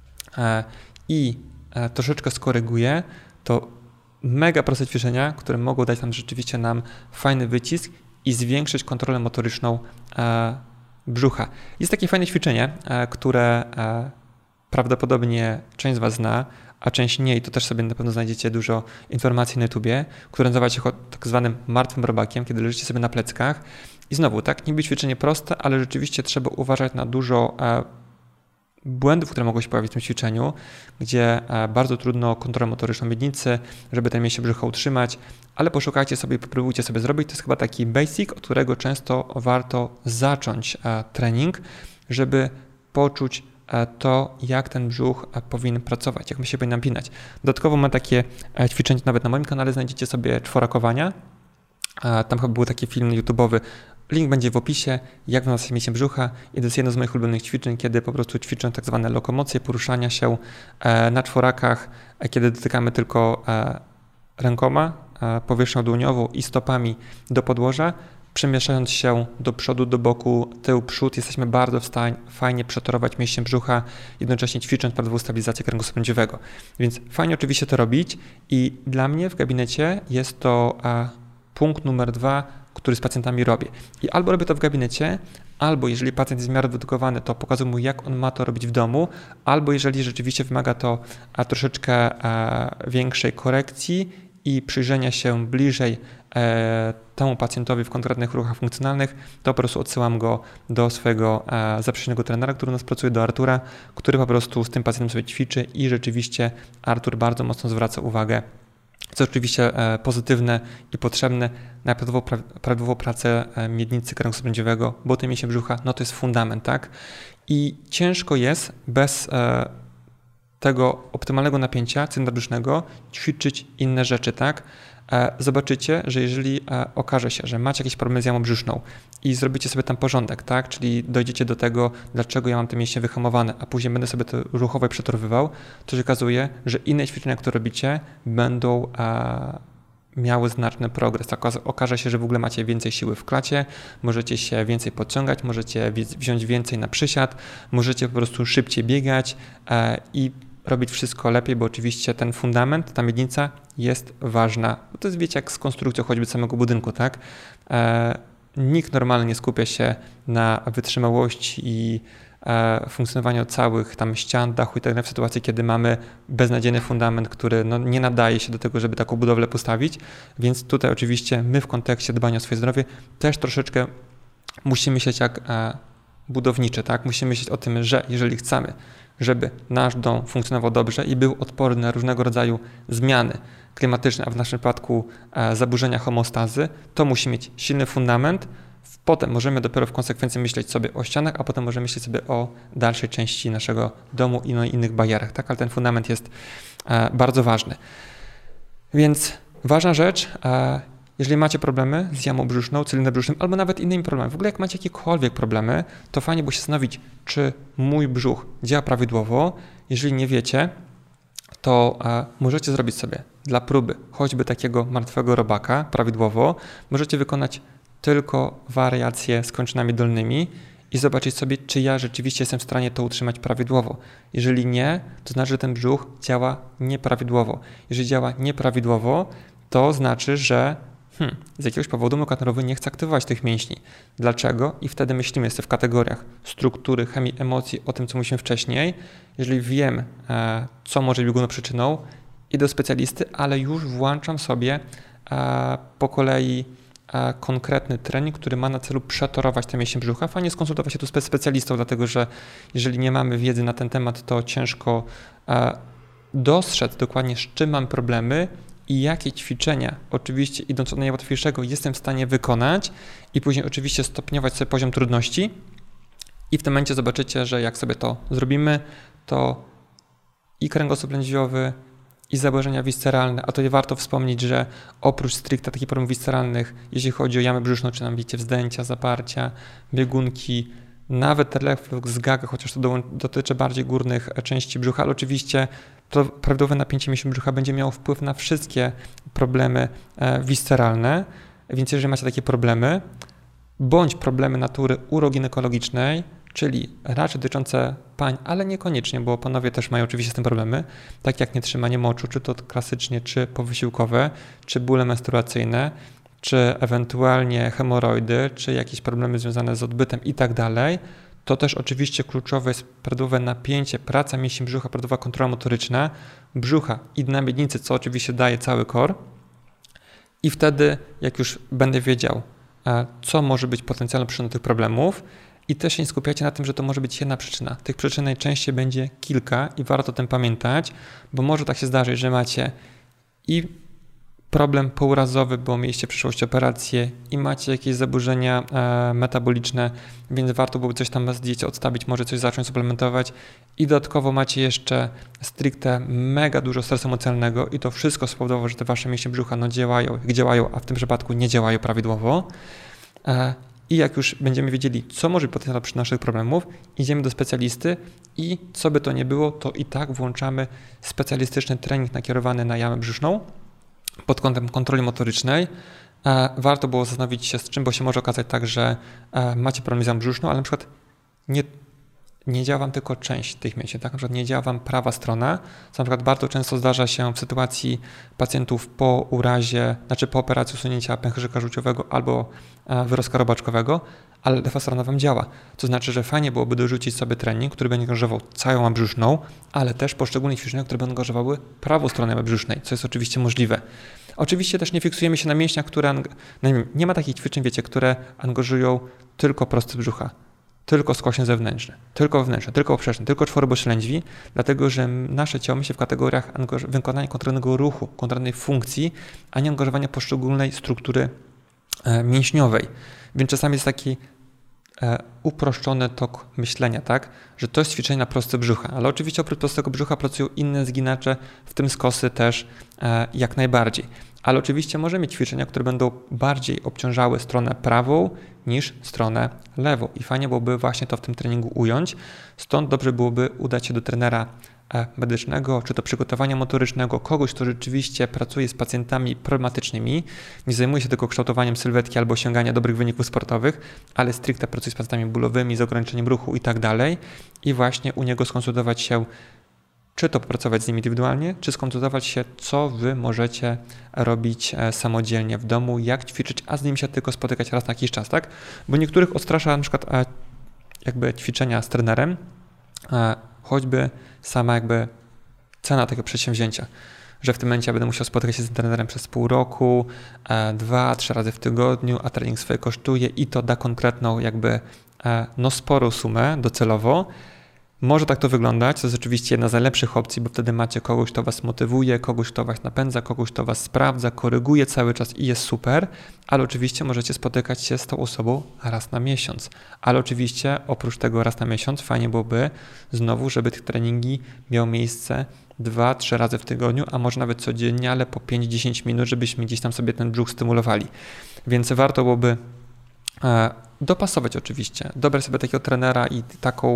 i troszeczkę skoryguje, to mega proste ćwiczenia, które mogą dać rzeczywiście nam fajny wycisk i zwiększyć kontrolę motoryczną brzucha. Jest takie fajne ćwiczenie, które prawdopodobnie część z Was zna, a część nie i to też sobie na pewno znajdziecie dużo informacji na YouTubie, które nazywa się tak zwanym martwym robakiem, kiedy leżycie sobie na pleckach. I znowu, tak, niby ćwiczenie proste, ale rzeczywiście trzeba uważać na dużo błędów, które mogą się pojawić w tym ćwiczeniu, gdzie bardzo trudno kontrolę motoryczną miednicy, żeby te mięśnie brzucha utrzymać, ale poszukajcie sobie, popróbujcie sobie zrobić. To jest chyba taki basic, od którego często warto zacząć trening, żeby poczuć to, jak ten brzuch powinien pracować, jak my się powinien napinać. Dodatkowo mam takie ćwiczenie, nawet na moim kanale znajdziecie sobie czworakowania. Tam chyba był taki film YouTube'owy, link będzie w opisie, jak wzmacniać mięśnie brzucha i to jest jedno z moich ulubionych ćwiczeń, kiedy po prostu ćwiczę tak zwane lokomocje, poruszania się na czworakach, kiedy dotykamy tylko rękoma, powierzchnią dłoniową i stopami do podłoża, przemieszczając się do przodu, do boku, tył, przód. Jesteśmy bardzo w stanie fajnie przetorować mięśnie brzucha, jednocześnie ćwicząc prawidłową stabilizację kręgu spędziowego. Więc fajnie oczywiście to robić i dla mnie w gabinecie jest to punkt numer 2, który z pacjentami robię. I albo robię to w gabinecie, albo jeżeli pacjent jest w miarę wyedukowany, to pokazuję mu, jak on ma to robić w domu, albo jeżeli rzeczywiście wymaga to troszeczkę większej korekcji i przyjrzenia się bliżej temu pacjentowi w konkretnych ruchach funkcjonalnych, to po prostu odsyłam go do swojego zaprzyjaźnionego trenera, który u nas pracuje, do Artura, który po prostu z tym pacjentem sobie ćwiczy i rzeczywiście Artur bardzo mocno zwraca uwagę, co oczywiście pozytywne i potrzebne na prawidłową pracę miednicy kręgu spędziowego, bo te mięśnie brzucha, no to jest fundament, tak? I ciężko jest bez tego optymalnego napięcia cylindra brzusznego ćwiczyć inne rzeczy, tak? Zobaczycie, że jeżeli okaże się, że macie jakieś problemy z jamą brzuszną i zrobicie sobie tam porządek, tak? Czyli dojdziecie do tego, dlaczego ja mam te mięśnie wyhamowane, a później będę sobie to ruchowo przetorowywał, to się okazuje, że inne ćwiczenia, które robicie, będą miały znaczny progres. Tak okaże się, że w ogóle macie więcej siły w klacie, możecie się więcej podciągać, możecie wziąć więcej na przysiad, możecie po prostu szybciej biegać i robić wszystko lepiej, bo oczywiście ten fundament, ta miednica jest ważna. Bo to jest, wiecie, jak z konstrukcją choćby samego budynku, tak? Nikt normalnie nie skupia się na wytrzymałości i funkcjonowaniu całych tam ścian, dachu i tak dalej w sytuacji, kiedy mamy beznadziejny fundament, który no, nie nadaje się do tego, żeby taką budowlę postawić, więc tutaj oczywiście my w kontekście dbania o swoje zdrowie też troszeczkę musimy myśleć jak budowniczy, tak? Musimy myśleć o tym, że jeżeli chcemy, żeby nasz dom funkcjonował dobrze i był odporny na różnego rodzaju zmiany klimatyczne, a w naszym przypadku zaburzenia homeostazy, to musi mieć silny fundament. Potem możemy dopiero w konsekwencji myśleć sobie o ścianach, a potem możemy myśleć sobie o dalszej części naszego domu i innych barierach, tak? Ale ten fundament jest bardzo ważny. Więc ważna rzecz, jeżeli macie problemy z jamą brzuszną, cylindrem brzusznym albo nawet innymi problemami, w ogóle jak macie jakiekolwiek problemy, to fajnie było się zastanowić, czy mój brzuch działa prawidłowo. Jeżeli nie wiecie, to możecie zrobić sobie dla próby choćby takiego martwego robaka prawidłowo. Możecie wykonać tylko wariacje z kończynami dolnymi i zobaczyć sobie, czy ja rzeczywiście jestem w stanie to utrzymać prawidłowo. Jeżeli nie, to znaczy, że ten brzuch działa nieprawidłowo. Jeżeli działa nieprawidłowo, to znaczy, że z jakiegoś powodu mój układ nerwowy nie chce aktywować tych mięśni. Dlaczego? I wtedy myślimy sobie w kategoriach struktury, chemii, emocji, o tym, co mówiliśmy wcześniej. Jeżeli wiem, co może być główną przyczyną, idę do specjalisty, ale już włączam sobie po kolei konkretny trening, który ma na celu przetorować te mięśnie brzucha. Fajnie skonsultować się tu z specjalistą, dlatego że jeżeli nie mamy wiedzy na ten temat, to ciężko dostrzec dokładnie, z czym mam problemy i jakie ćwiczenia, oczywiście idąc od najłatwiejszego, jestem w stanie wykonać i później oczywiście stopniować sobie poziom trudności i w tym momencie zobaczycie, że jak sobie to zrobimy, to i kręgosłup lędźwiowy, i zaburzenia wisceralne, a to warto wspomnieć, że oprócz stricte takich problemów visceralnych, jeśli chodzi o jamę brzuszną, czy nam wiecie, wzdęcia, zaparcia, biegunki, nawet refleks z gaga, chociaż to dotyczy bardziej górnych części brzucha, ale oczywiście prawidłowe napięcie mięśni brzucha będzie miało wpływ na wszystkie problemy visceralne, więc jeżeli macie takie problemy, bądź problemy natury uroginekologicznej, czyli raczej dotyczące pań, ale niekoniecznie, bo panowie też mają oczywiście z tym problemy, tak jak nietrzymanie moczu, czy to klasycznie, czy powysiłkowe, czy bóle menstruacyjne, czy ewentualnie hemoroidy, czy jakieś problemy związane z odbytem i tak dalej, to też oczywiście kluczowe jest prawidłowe napięcie, praca mięśni brzucha, prawidłowa kontrola motoryczna brzucha i na miednicy, co oczywiście daje cały core. I wtedy, jak już będę wiedział, co może być potencjalną przyczyną tych problemów, i też się nie skupiacie na tym, że to może być jedna przyczyna. Tych przyczyn najczęściej będzie kilka i warto o tym pamiętać, bo może tak się zdarzyć, że macie i problem pourazowy, bo mieliście w przeszłości operację i macie jakieś zaburzenia metaboliczne, więc warto byłoby coś tam z diecie odstawić, może coś zacząć suplementować i dodatkowo macie jeszcze stricte mega dużo stresu emocjonalnego i to wszystko spowodowało, że te wasze mięśnie brzucha działają, jak działają, a w tym przypadku nie działają prawidłowo. I jak już będziemy wiedzieli, co może być potencjalną przyczyną naszych problemów, idziemy do specjalisty i co by to nie było, to i tak włączamy specjalistyczny trening nakierowany na jamę brzuszną pod kątem kontroli motorycznej. Warto było zastanowić się z czym, bo się może okazać tak, że macie problem z jamą brzuszną, ale na przykład nie działa wam tylko część tych mięśni, tak? Na przykład nie działa wam prawa strona, co na przykład bardzo często zdarza się w sytuacji pacjentów po urazie, znaczy po operacji usunięcia pęcherzyka żółciowego albo wyrostka robaczkowego, ale lewa strona wam działa. To znaczy, że fajnie byłoby dorzucić sobie trening, który będzie angażował całą jamę brzuszną, ale też poszczególne ćwiczenia, które będą angażowały prawą stronę jamy brzusznej, co jest oczywiście możliwe. Oczywiście też nie fiksujemy się na mięśniach, które, nie ma takich ćwiczeń, wiecie, które angażują tylko prosty brzucha. Tylko skośnie zewnętrzne, tylko wewnętrzne, tylko poprzeczne, tylko czworoboczlędźwi, dlatego że nasze ciało myśli w kategoriach wykonania kontrolnego ruchu, kontrolnej funkcji, a nie angażowania poszczególnej struktury mięśniowej. Więc czasami jest taki uproszczony tok myślenia, tak, że to jest ćwiczenie na prosty brzucha, ale oczywiście oprócz prostego brzucha pracują inne zginacze, w tym skosy też jak najbardziej. Ale oczywiście możemy mieć ćwiczenia, które będą bardziej obciążały stronę prawą niż stronę lewą i fajnie byłoby właśnie to w tym treningu ująć. Stąd dobrze byłoby udać się do trenera medycznego, czy do przygotowania motorycznego, kogoś, kto rzeczywiście pracuje z pacjentami problematycznymi, nie zajmuje się tylko kształtowaniem sylwetki albo osiąganiem dobrych wyników sportowych, ale stricte pracuje z pacjentami bólowymi, z ograniczeniem ruchu i tak dalej i właśnie u niego skonsultować się, czy to popracować z nim indywidualnie, czy skonsultować się, co wy możecie robić samodzielnie w domu, jak ćwiczyć, a z nim się tylko spotykać raz na jakiś czas, tak? Bo niektórych odstrasza na przykład jakby ćwiczenia z trenerem, choćby sama jakby cena tego przedsięwzięcia, że w tym momencie będę musiał spotykać się z trenerem przez pół roku, 2-3 razy w tygodniu, a trening swoje kosztuje i to da konkretną jakby sporą sumę docelowo. Może tak to wyglądać, to jest oczywiście jedna z najlepszych opcji, bo wtedy macie kogoś, kto was motywuje, kogoś, kto was napędza, kogoś, kto was sprawdza, koryguje cały czas i jest super, ale oczywiście możecie spotykać się z tą osobą raz na miesiąc. Ale oczywiście oprócz tego raz na miesiąc fajnie byłoby znowu, żeby te treningi miały miejsce 2-3 razy w tygodniu, a może nawet codziennie, ale po 5-10 minut, żebyśmy gdzieś tam sobie ten brzuch stymulowali. Więc warto byłoby dopasować oczywiście, dobrać sobie takiego trenera i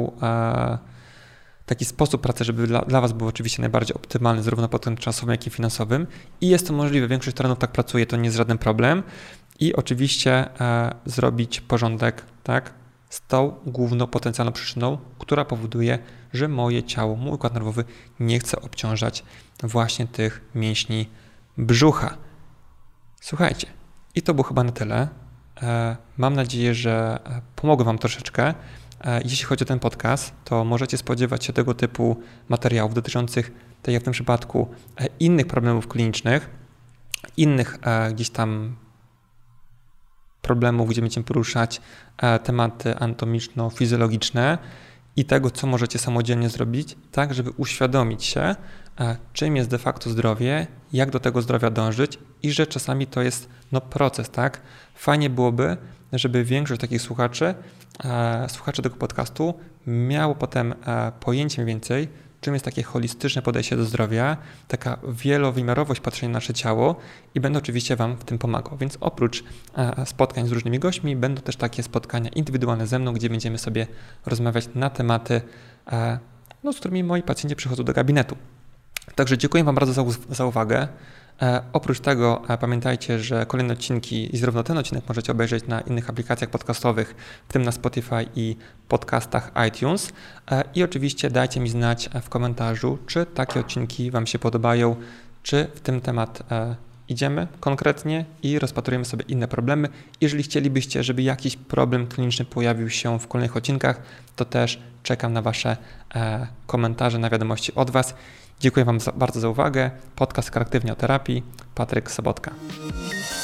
taki sposób pracy, żeby dla was był oczywiście najbardziej optymalny, zarówno pod tym czasowym, jak i finansowym. I jest to możliwe, większość trenerów tak pracuje, to nie jest żaden problem. I oczywiście zrobić porządek, tak, z tą główną potencjalną przyczyną, która powoduje, że moje ciało, mój układ nerwowy nie chce obciążać właśnie tych mięśni brzucha. Słuchajcie, i to było chyba na tyle. Mam nadzieję, że pomogę wam troszeczkę. Jeśli chodzi o ten podcast, to możecie spodziewać się tego typu materiałów dotyczących, tak jak w tym przypadku, innych problemów klinicznych, innych gdzieś tam problemów, gdzie będziemy poruszać tematy anatomiczno-fizjologiczne i tego, co możecie samodzielnie zrobić, tak żeby uświadomić się, czym jest de facto zdrowie, jak do tego zdrowia dążyć i że czasami to jest proces, tak? Fajnie byłoby, żeby większość takich słuchaczy tego podcastu miało potem pojęcie mniej więcej, czym jest takie holistyczne podejście do zdrowia, taka wielowymiarowość patrzenia na nasze ciało i będę oczywiście wam w tym pomagał. Więc oprócz spotkań z różnymi gośćmi będą też takie spotkania indywidualne ze mną, gdzie będziemy sobie rozmawiać na tematy, z którymi moi pacjenci przychodzą do gabinetu. Także dziękuję wam bardzo za uwagę. Oprócz tego pamiętajcie, że kolejne odcinki i zarówno ten odcinek możecie obejrzeć na innych aplikacjach podcastowych, w tym na Spotify i podcastach iTunes. I oczywiście dajcie mi znać w komentarzu, czy takie odcinki wam się podobają, czy w tym temat idziemy konkretnie i rozpatrujemy sobie inne problemy. Jeżeli chcielibyście, żeby jakiś problem kliniczny pojawił się w kolejnych odcinkach, to też czekam na wasze komentarze, na wiadomości od was. Dziękuję wam bardzo za uwagę. Podcast Kreatywnie o terapii. Patryk Sobotka.